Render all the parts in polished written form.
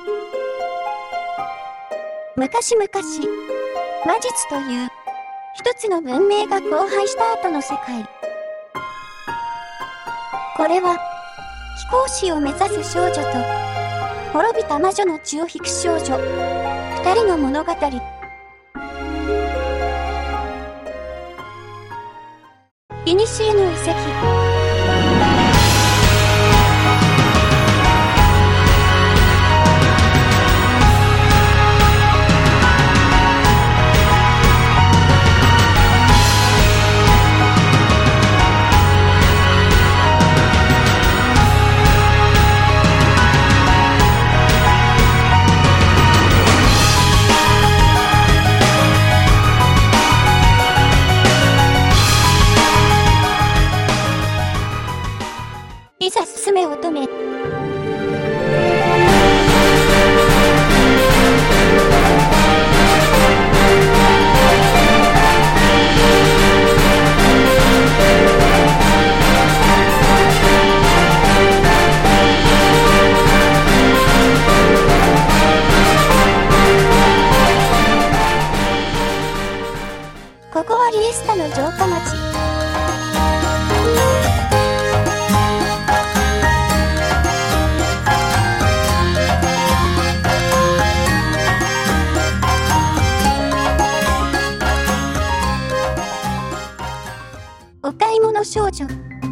昔々、魔術という一つの文明が荒廃した後の世界。これは貴公子を目指す少女と滅びた魔女の血を引く少女二人の物語。古の遺跡。いざ進め乙女。ここはリエスタの城下町。お買い物少女。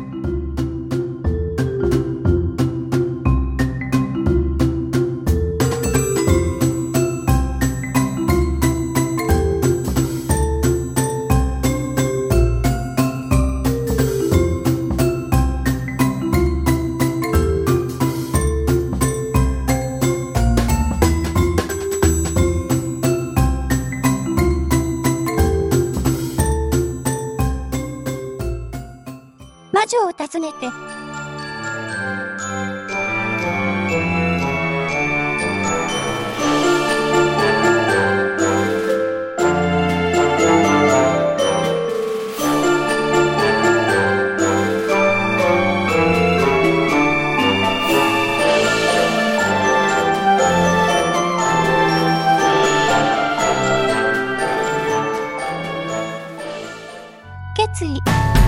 魔女を訪ねて。決意。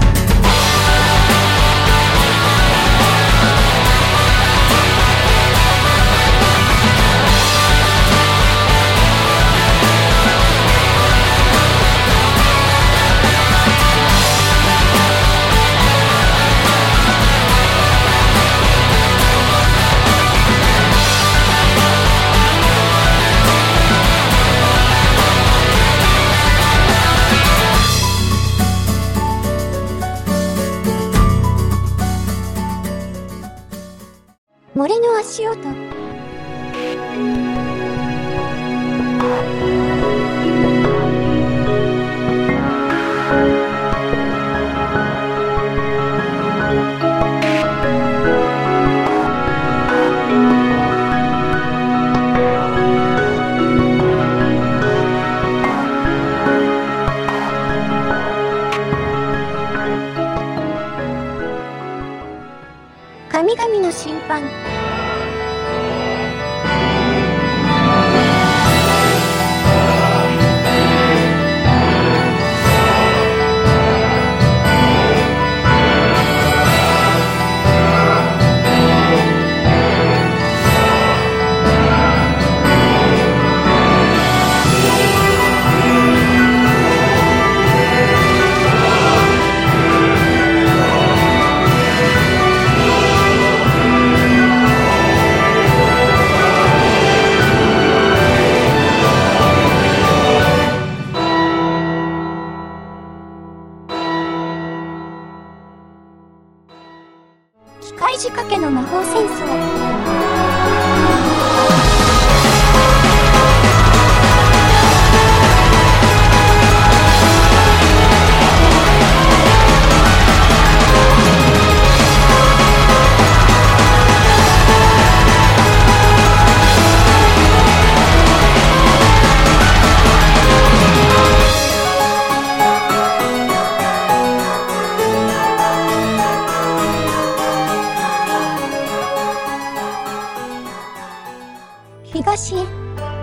森の足音。神々の審判。機械仕掛けの魔法戦争。 わしへ。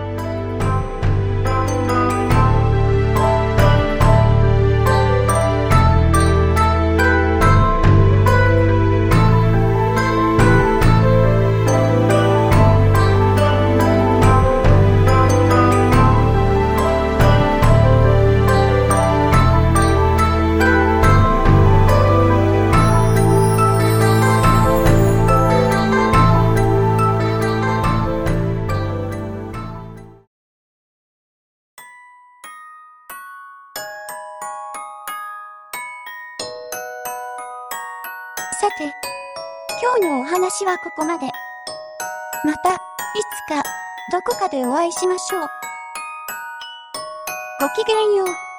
さて、今日のお話はここまで。また、いつか、どこかでお会いしましょう。ごきげんよう。